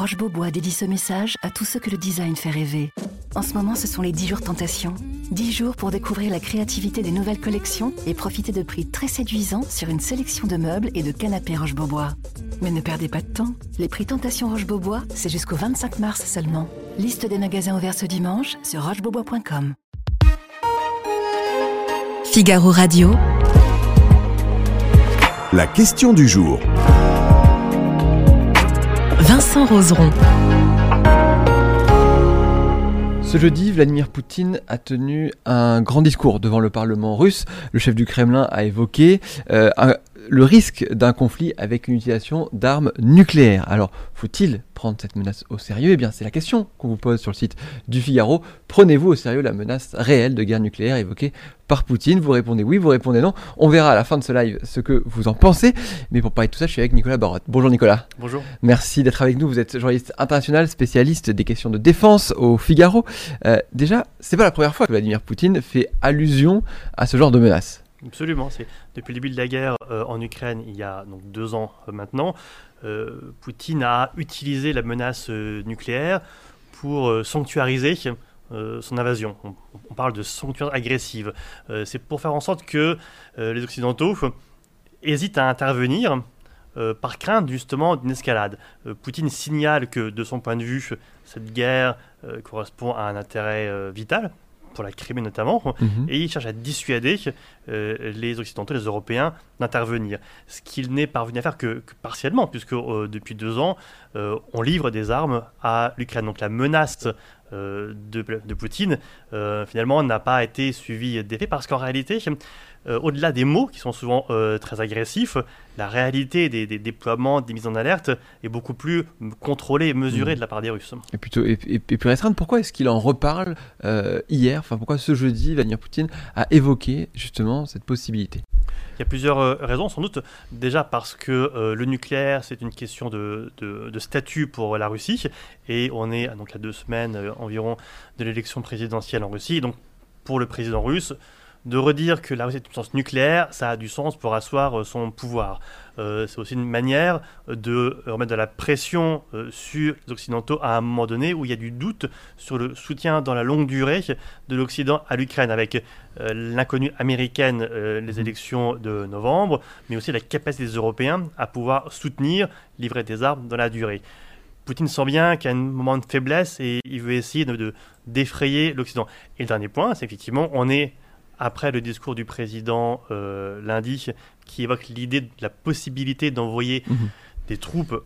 Roche Beaubois dédie ce message à tous ceux que le design fait rêver. En ce moment, ce sont les 10 jours Tentation. 10 jours pour découvrir la créativité des nouvelles collections et profiter de prix très séduisants sur une sélection de meubles et de canapés Roche Beaubois. Mais ne perdez pas de temps. Les prix Tentation Roche Beaubois, c'est jusqu'au 25 mars seulement. Liste des magasins ouverts ce dimanche sur rochebeaubois.com. Figaro Radio. La question du jour. Vincent Roseron. Ce jeudi, Vladimir Poutine a tenu un grand discours devant le Parlement russe. Le chef du Kremlin a évoqué le risque d'un conflit avec une utilisation d'armes nucléaires. Alors, faut-il prendre cette menace au sérieux ? Eh bien, c'est la question qu'on vous pose sur le site du Figaro. Prenez-vous au sérieux la menace réelle de guerre nucléaire évoquée par Poutine ? Vous répondez oui, vous répondez non. On verra à la fin de ce live ce que vous en pensez. Mais pour parler de tout ça, je suis avec Nicolas Barotte. Bonjour Nicolas. Bonjour. Merci d'être avec nous. Vous êtes journaliste international, spécialiste des questions de défense au Figaro. Déjà, c'est pas la première fois que Vladimir Poutine fait allusion à ce genre de menace. Absolument, c'est depuis le début de la guerre en Ukraine, il y a donc 2 ans maintenant, Poutine a utilisé la menace nucléaire pour sanctuariser son invasion. On parle de sanctuaire agressive. C'est pour faire en sorte que les Occidentaux hésitent à intervenir par crainte justement d'une escalade. Poutine signale que de son point de vue, cette guerre correspond à un intérêt vital, pour la Crimée notamment, et il cherche à dissuader les Occidentaux, les Européens, d'intervenir. Ce qu'il n'est parvenu à faire que partiellement, puisque depuis 2 ans, on livre des armes à l'Ukraine. Donc la menace de Poutine, finalement, n'a pas été suivie d'effet, parce qu'en réalité, au-delà des mots qui sont souvent très agressifs, la réalité des déploiements, des mises en alerte est beaucoup plus contrôlée et mesurée de la part des Russes. Et plus restreinte, pourquoi est-ce qu'il en reparle hier ? Enfin, pourquoi ce jeudi, Vladimir Poutine a évoqué justement cette possibilité ? Il y a plusieurs raisons, sans doute. Déjà parce que le nucléaire, c'est une question de statut pour la Russie, et on est donc à 2 semaines environ de l'élection présidentielle en Russie. Donc pour le président russe, de redire que la Russie est une puissance nucléaire, ça a du sens pour asseoir son pouvoir. C'est aussi une manière de remettre de la pression sur les Occidentaux à un moment donné où il y a du doute sur le soutien dans la longue durée de l'Occident à l'Ukraine, avec l'inconnue américaine, les élections de novembre, mais aussi la capacité des Européens à pouvoir soutenir, livrer des armes dans la durée. Poutine sent bien qu'il y a un moment de faiblesse et il veut essayer de défrayer l'Occident. Et le dernier point, c'est effectivement, on est après le discours du président lundi, qui évoque l'idée de la possibilité d'envoyer des troupes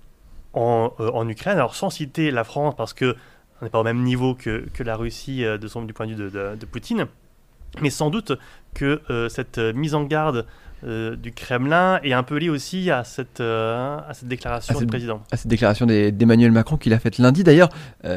en Ukraine, alors sans citer la France, parce qu'on n'est pas au même niveau que la Russie du point de vue de Poutine, mais sans doute que cette mise en garde du Kremlin est un peu liée aussi à cette déclaration du président. À cette déclaration d'Emmanuel Macron qu'il a faite lundi. D'ailleurs,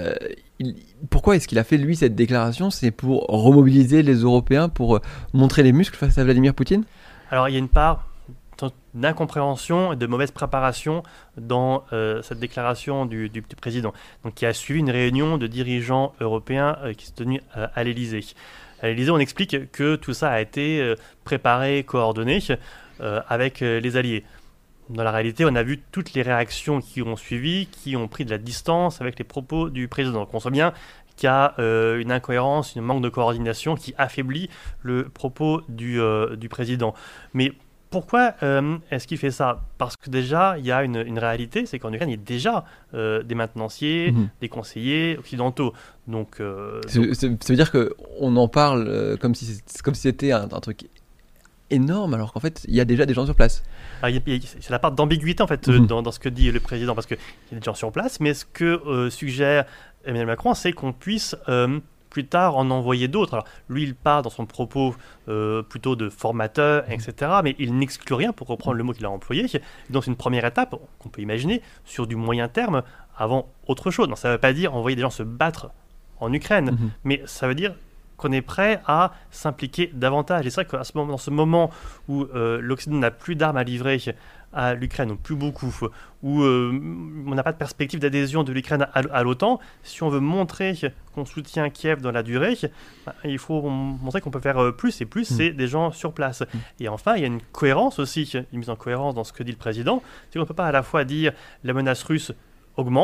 pourquoi est-ce qu'il a fait, lui, cette déclaration ? C'est pour remobiliser les Européens, pour montrer les muscles face à Vladimir Poutine ? Alors, il y a une part d'incompréhension et de mauvaise préparation dans cette déclaration du président, donc, qui a suivi une réunion de dirigeants européens qui s'est tenue à l'Élysée. À l'Élysée, on explique que tout ça a été préparé, coordonné avec les alliés. Dans la réalité, on a vu toutes les réactions qui ont suivi, qui ont pris de la distance avec les propos du président. Donc on sent bien qu'il y a une incohérence, un manque de coordination qui affaiblit le propos du président. Mais pourquoi est-ce qu'il fait ça ? Parce que déjà, il y a une réalité, c'est qu'en Ukraine, il y a déjà des maintenanciers, des conseillers occidentaux. Donc, ça veut dire qu'on en parle comme si c'était un truc énorme, alors qu'en fait, il y a déjà des gens sur place. C'est la part d'ambiguïté, en fait, dans ce que dit le président, parce qu'il y a des gens sur place, mais ce que suggère Emmanuel Macron, c'est qu'on puisse plus tard en envoyer d'autres. Alors, lui, il part dans son propos plutôt de formateur, etc., mais il n'exclut rien, pour reprendre le mot qu'il a employé. Donc, c'est une première étape qu'on peut imaginer sur du moyen terme avant autre chose. Donc, ça ne veut pas dire envoyer des gens se battre en Ukraine, mais ça veut dire qu'on est prêt à s'impliquer davantage. Et c'est vrai qu'à dans ce moment où l'Occident n'a plus d'armes à livrer à l'Ukraine, ou plus beaucoup, où on n'a pas de perspective d'adhésion de l'Ukraine à l'OTAN, si on veut montrer qu'on soutient Kiev dans la durée, il faut montrer qu'on peut faire plus, et plus, c'est des gens sur place. Et enfin, il y a une cohérence aussi, une mise en cohérence dans ce que dit le président, c'est qu'on ne peut pas à la fois dire la menace russe augmente,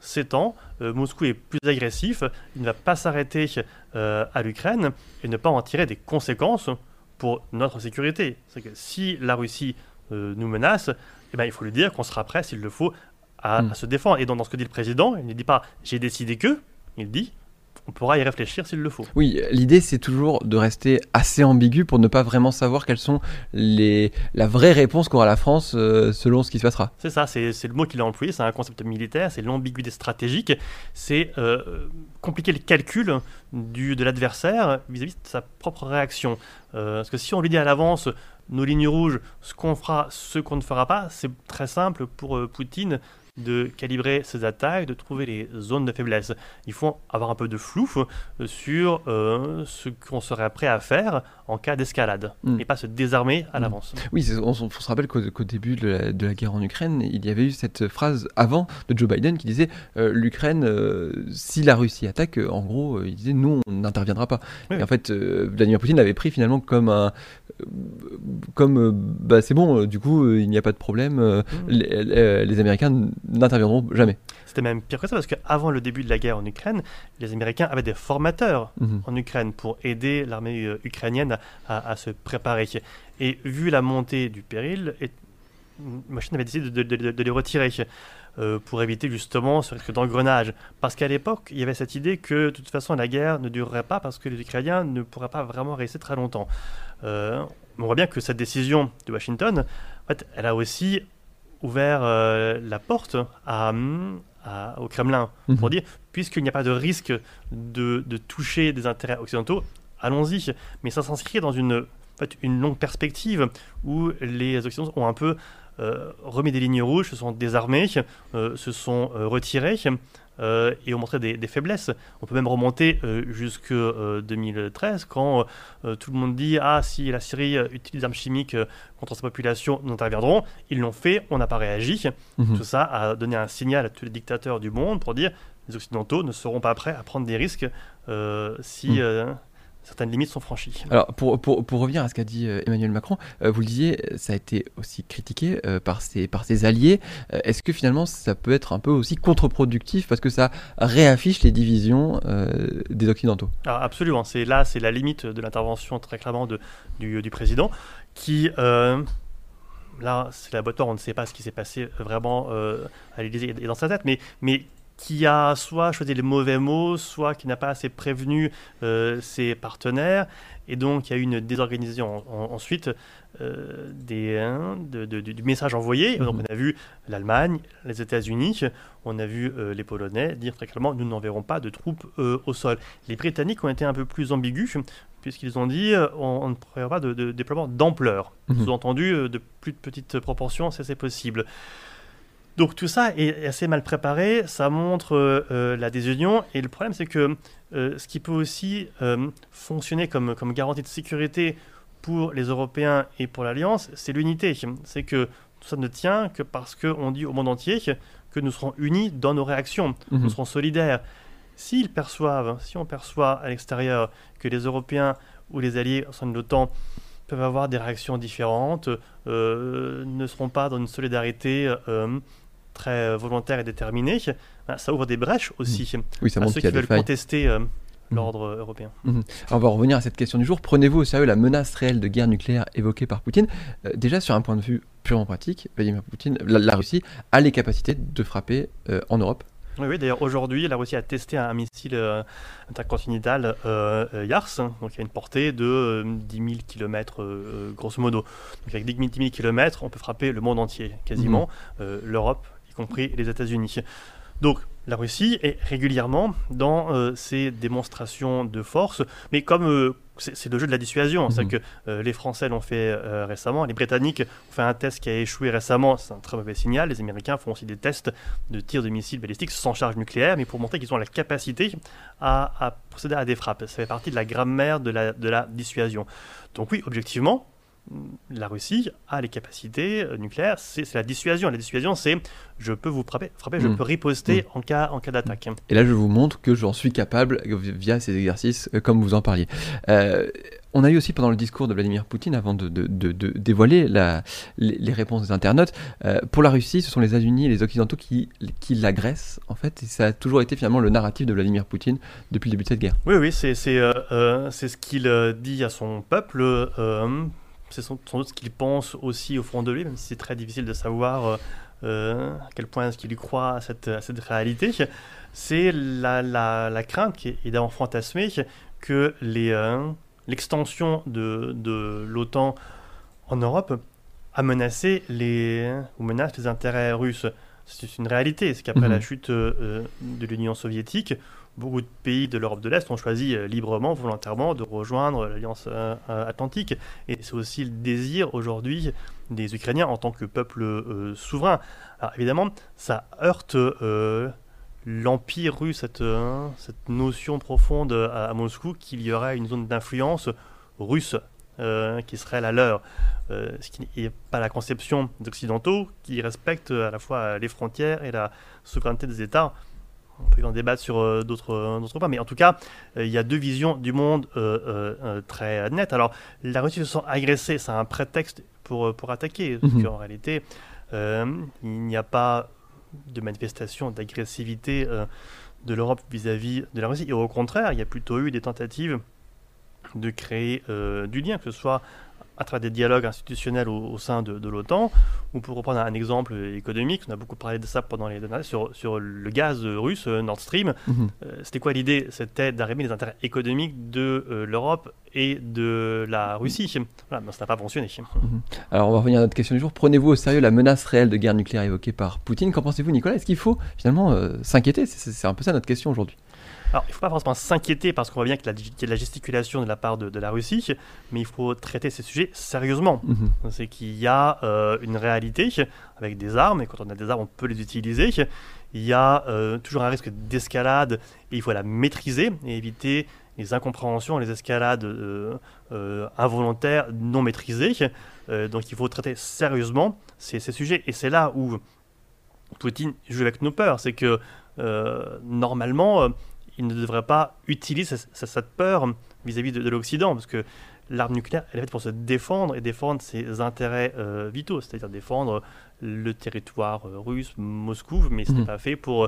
s'étend, Moscou est plus agressif, il ne va pas s'arrêter à l'Ukraine et ne pas en tirer des conséquences pour notre sécurité. C'est que si la Russie nous menace, eh ben, il faut lui dire qu'on sera prêt, s'il le faut, à se défendre. Et donc, dans ce que dit le président, il ne dit pas « j'ai décidé que », il dit « on pourra y réfléchir s'il le faut ». Oui, l'idée c'est toujours de rester assez ambigu pour ne pas vraiment savoir quelles sont la vraie réponse qu'aura la France selon ce qui se passera. C'est ça, c'est le mot qu'il a employé, c'est un concept militaire, c'est l'ambiguïté stratégique, c'est compliquer le calcul de l'adversaire vis-à-vis de sa propre réaction. Parce que si on lui dit à l'avance nos lignes rouges, ce qu'on fera, ce qu'on ne fera pas, c'est très simple pour Poutine de calibrer ses attaques, de trouver les zones de faiblesse. Il faut avoir un peu de flou sur ce qu'on serait prêt à faire en cas d'escalade, et pas se désarmer à l'avance. Oui, on se rappelle qu'au début de la guerre en Ukraine, il y avait eu cette phrase avant de Joe Biden qui disait l'Ukraine, si la Russie attaque, en gros, il disait nous, on n'interviendra pas. Oui. Et en fait, Vladimir Poutine l'avait pris finalement comme c'est bon, du coup, il n'y a pas de problème, les Américains n'interviendront jamais. C'était même pire que ça, parce qu'avant le début de la guerre en Ukraine, les Américains avaient des formateurs en Ukraine pour aider l'armée ukrainienne à se préparer. Et vu la montée du péril, Washington avait décidé de les retirer pour éviter justement ce risque d'engrenage. Parce qu'à l'époque, il y avait cette idée que de toute façon la guerre ne durerait pas parce que les Ukrainiens ne pourraient pas vraiment rester très longtemps. On voit bien que cette décision de Washington, en fait, elle a aussi ouvert la porte au Kremlin pour dire, puisqu'il n'y a pas de risque de toucher des intérêts occidentaux, allons-y. Mais ça s'inscrit dans une longue perspective où les Occidentaux ont un peu remis des lignes rouges, se sont désarmés, se sont retirés et ont montré des faiblesses. On peut même remonter jusqu'à 2013 quand tout le monde dit « Ah, si la Syrie utilise des armes chimiques contre sa population, nous interviendrons ». Ils l'ont fait, on n'a pas réagi. Tout ça a donné un signal à tous les dictateurs du monde pour dire « Les Occidentaux ne seront pas prêts à prendre des risques si... certaines limites sont franchies. » Alors, pour revenir à ce qu'a dit Emmanuel Macron, vous le disiez, ça a été aussi critiqué par ses alliés. Est-ce que finalement, ça peut être un peu aussi contre-productif parce que ça réaffiche les divisions des Occidentaux ? Alors, absolument. C'est la limite de l'intervention très clairement du président qui... là, c'est laboratoire, on ne sait pas ce qui s'est passé vraiment à l'Élysée et dans sa tête, mais qui a soit choisi les mauvais mots, soit qui n'a pas assez prévenu ses partenaires, et donc il y a eu une désorganisation ensuite du message envoyé. Donc on a vu l'Allemagne, les États-Unis, on a vu les Polonais dire très clairement nous n'enverrons pas de troupes au sol. Les Britanniques ont été un peu plus ambigus, puisqu'ils ont dit on ne prévoit pas de déploiement d'ampleur. Sous-entendu, de plus de petites proportions, c'est possible. Donc tout ça est assez mal préparé, ça montre la désunion, et le problème c'est que ce qui peut aussi fonctionner comme garantie de sécurité pour les Européens et pour l'Alliance, c'est l'unité. C'est que tout ça ne tient que parce qu'on dit au monde entier que nous serons unis dans nos réactions, nous serons solidaires. Si on perçoit à l'extérieur que les Européens ou les alliés au sein de l'OTAN peuvent avoir des réactions différentes, ne seront pas dans une solidarité très volontaire et déterminée, ça ouvre des brèches aussi à ceux qui veulent contester l'ordre européen. Alors on va revenir à cette question du jour. Prenez-vous au sérieux la menace réelle de guerre nucléaire évoquée par Poutine ? Déjà sur un point de vue purement pratique, Vladimir Poutine, la Russie a les capacités de frapper en Europe. Oui, d'ailleurs aujourd'hui la Russie a testé un missile intercontinental Yars, donc il y a une portée de 10 000 km grosso modo. Donc avec 10 000 km on peut frapper le monde entier quasiment, l'Europe y compris les États-Unis. Donc la Russie est régulièrement dans ces démonstrations de force, mais comme c'est le jeu de la dissuasion, c'est-à-dire que les Français l'ont fait récemment, les Britanniques ont fait un test qui a échoué récemment, c'est un très mauvais signal, les Américains font aussi des tests de tir de missiles balistiques sans charge nucléaire, mais pour montrer qu'ils ont la capacité à procéder à des frappes. Ça fait partie de la grammaire de la dissuasion. Donc oui, objectivement, la Russie a les capacités nucléaires, c'est la dissuasion. La dissuasion, c'est je peux vous frapper, je peux riposter en cas d'attaque. Et là, je vous montre que j'en suis capable via ces exercices, comme vous en parliez. On a eu aussi pendant le discours de Vladimir Poutine, avant de dévoiler les réponses des internautes, pour la Russie, ce sont les États-Unis et les Occidentaux qui l'agressent, en fait, et ça a toujours été finalement le narratif de Vladimir Poutine depuis le début de cette guerre. Oui, c'est ce qu'il dit à son peuple, c'est sans doute ce qu'il pense aussi au fond de lui, même si c'est très difficile de savoir à quel point est-ce qu'il y croit à cette réalité. C'est la crainte qui est d'avoir fantasmé que l'extension de l'OTAN en Europe a menacé menace les intérêts russes. C'est une réalité, c'est qu'après la chute de l'Union soviétique, beaucoup de pays de l'Europe de l'Est ont choisi librement, volontairement, de rejoindre l'Alliance Atlantique. Et c'est aussi le désir aujourd'hui des Ukrainiens en tant que peuple souverain. Alors évidemment, ça heurte l'Empire russe, cette notion profonde à Moscou qu'il y aurait une zone d'influence russe qui serait la leur. Ce qui n'est pas la conception des Occidentaux qui respectent à la fois les frontières et la souveraineté des États. On peut en débattre sur d'autres points, mais en tout cas, il y a deux visions du monde très nettes. Alors, la Russie se sent agressée, c'est un prétexte pour attaquer, parce qu'en réalité, il n'y a pas de manifestation d'agressivité de l'Europe vis-à-vis de la Russie. Et au contraire, il y a plutôt eu des tentatives de créer du lien, que ce soit à travers des dialogues institutionnels au sein de l'OTAN, ou pour reprendre un exemple économique, on a beaucoup parlé de ça pendant les dernières années, sur le gaz russe, Nord Stream. C'était quoi l'idée? C'était d'arrimer les intérêts économiques de l'Europe et de la Russie. Voilà, mais ça n'a pas fonctionné. Alors on va revenir à notre question du jour. Prenez-vous au sérieux la menace réelle de guerre nucléaire évoquée par Poutine? Qu'en pensez-vous, Nicolas? Est-ce qu'il faut finalement s'inquiéter? C'est un peu ça notre question aujourd'hui. Alors, il ne faut pas forcément s'inquiéter parce qu'on voit bien qu'il y a de la gesticulation de la part de la Russie, mais il faut traiter ces sujets sérieusement. C'est qu'il y a une réalité avec des armes, et quand on a des armes, on peut les utiliser. Il y a toujours un risque d'escalade, et il faut la maîtriser et éviter les incompréhensions, les escalades involontaires, non maîtrisées. Donc, il faut traiter sérieusement ces sujets. Et c'est là où Poutine joue avec nos peurs. C'est que, normalement, il ne devrait pas utiliser cette peur vis-à-vis de l'Occident, parce que l'arme nucléaire, elle est faite pour se défendre et défendre ses intérêts vitaux, c'est-à-dire défendre le territoire russe, Moscou, mais ce n'est pas fait pour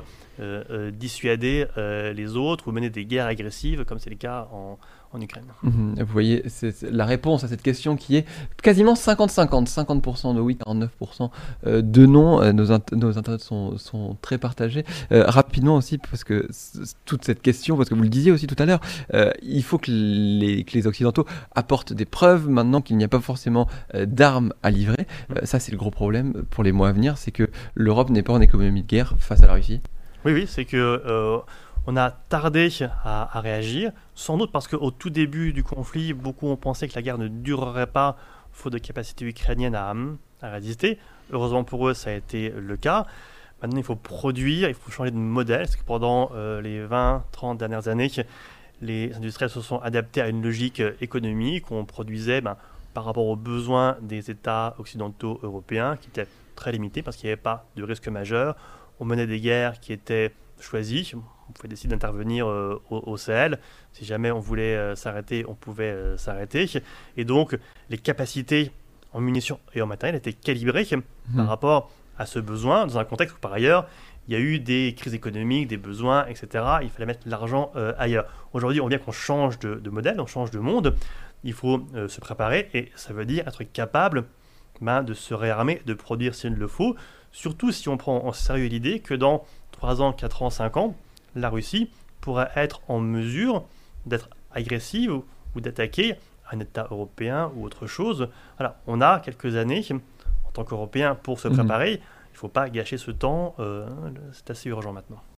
dissuader les autres ou mener des guerres agressives, comme c'est le cas en Ukraine. Vous voyez, c'est la réponse à cette question qui est quasiment 50-50, 50% de oui, 49% de non. Nos internautes sont très partagés. Rapidement aussi, parce que toute cette question, parce que vous le disiez aussi tout à l'heure, il faut que les Occidentaux apportent des preuves maintenant qu'il n'y a pas forcément d'armes à livrer. Ça, c'est le gros problème pour les mois à venir, c'est que l'Europe n'est pas en économie de guerre face à la Russie. Oui, c'est que on a tardé à réagir, sans doute parce qu'au tout début du conflit, beaucoup ont pensé que la guerre ne durerait pas, faute de capacité ukrainienne à résister. Heureusement pour eux, ça a été le cas. Maintenant, il faut produire, il faut changer de modèle, parce que pendant les 20-30 dernières années, les industriels se sont adaptés à une logique économique où on produisait par rapport aux besoins des États occidentaux européens, qui étaient très limités parce qu'il n'y avait pas de risque majeur. On menait des guerres qui étaient choisies. On pouvait décider d'intervenir au Sahel. Si jamais on voulait s'arrêter, on pouvait s'arrêter. Et donc, les capacités en munitions et en matériel étaient calibrées par rapport à ce besoin, dans un contexte où, par ailleurs, il y a eu des crises économiques, des besoins, etc. Il fallait mettre l'argent ailleurs. Aujourd'hui, on voit bien qu'on change de modèle, on change de monde. Il faut se préparer et ça veut dire être capable de se réarmer, de produire s'il le faut. Surtout si on prend en sérieux l'idée que dans 3 ans, 4 ans, 5 ans, la Russie pourrait être en mesure d'être agressive ou d'attaquer un État européen ou autre chose. Voilà, on a quelques années en tant qu'Européens pour se préparer. Il ne faut pas gâcher ce temps, c'est assez urgent maintenant.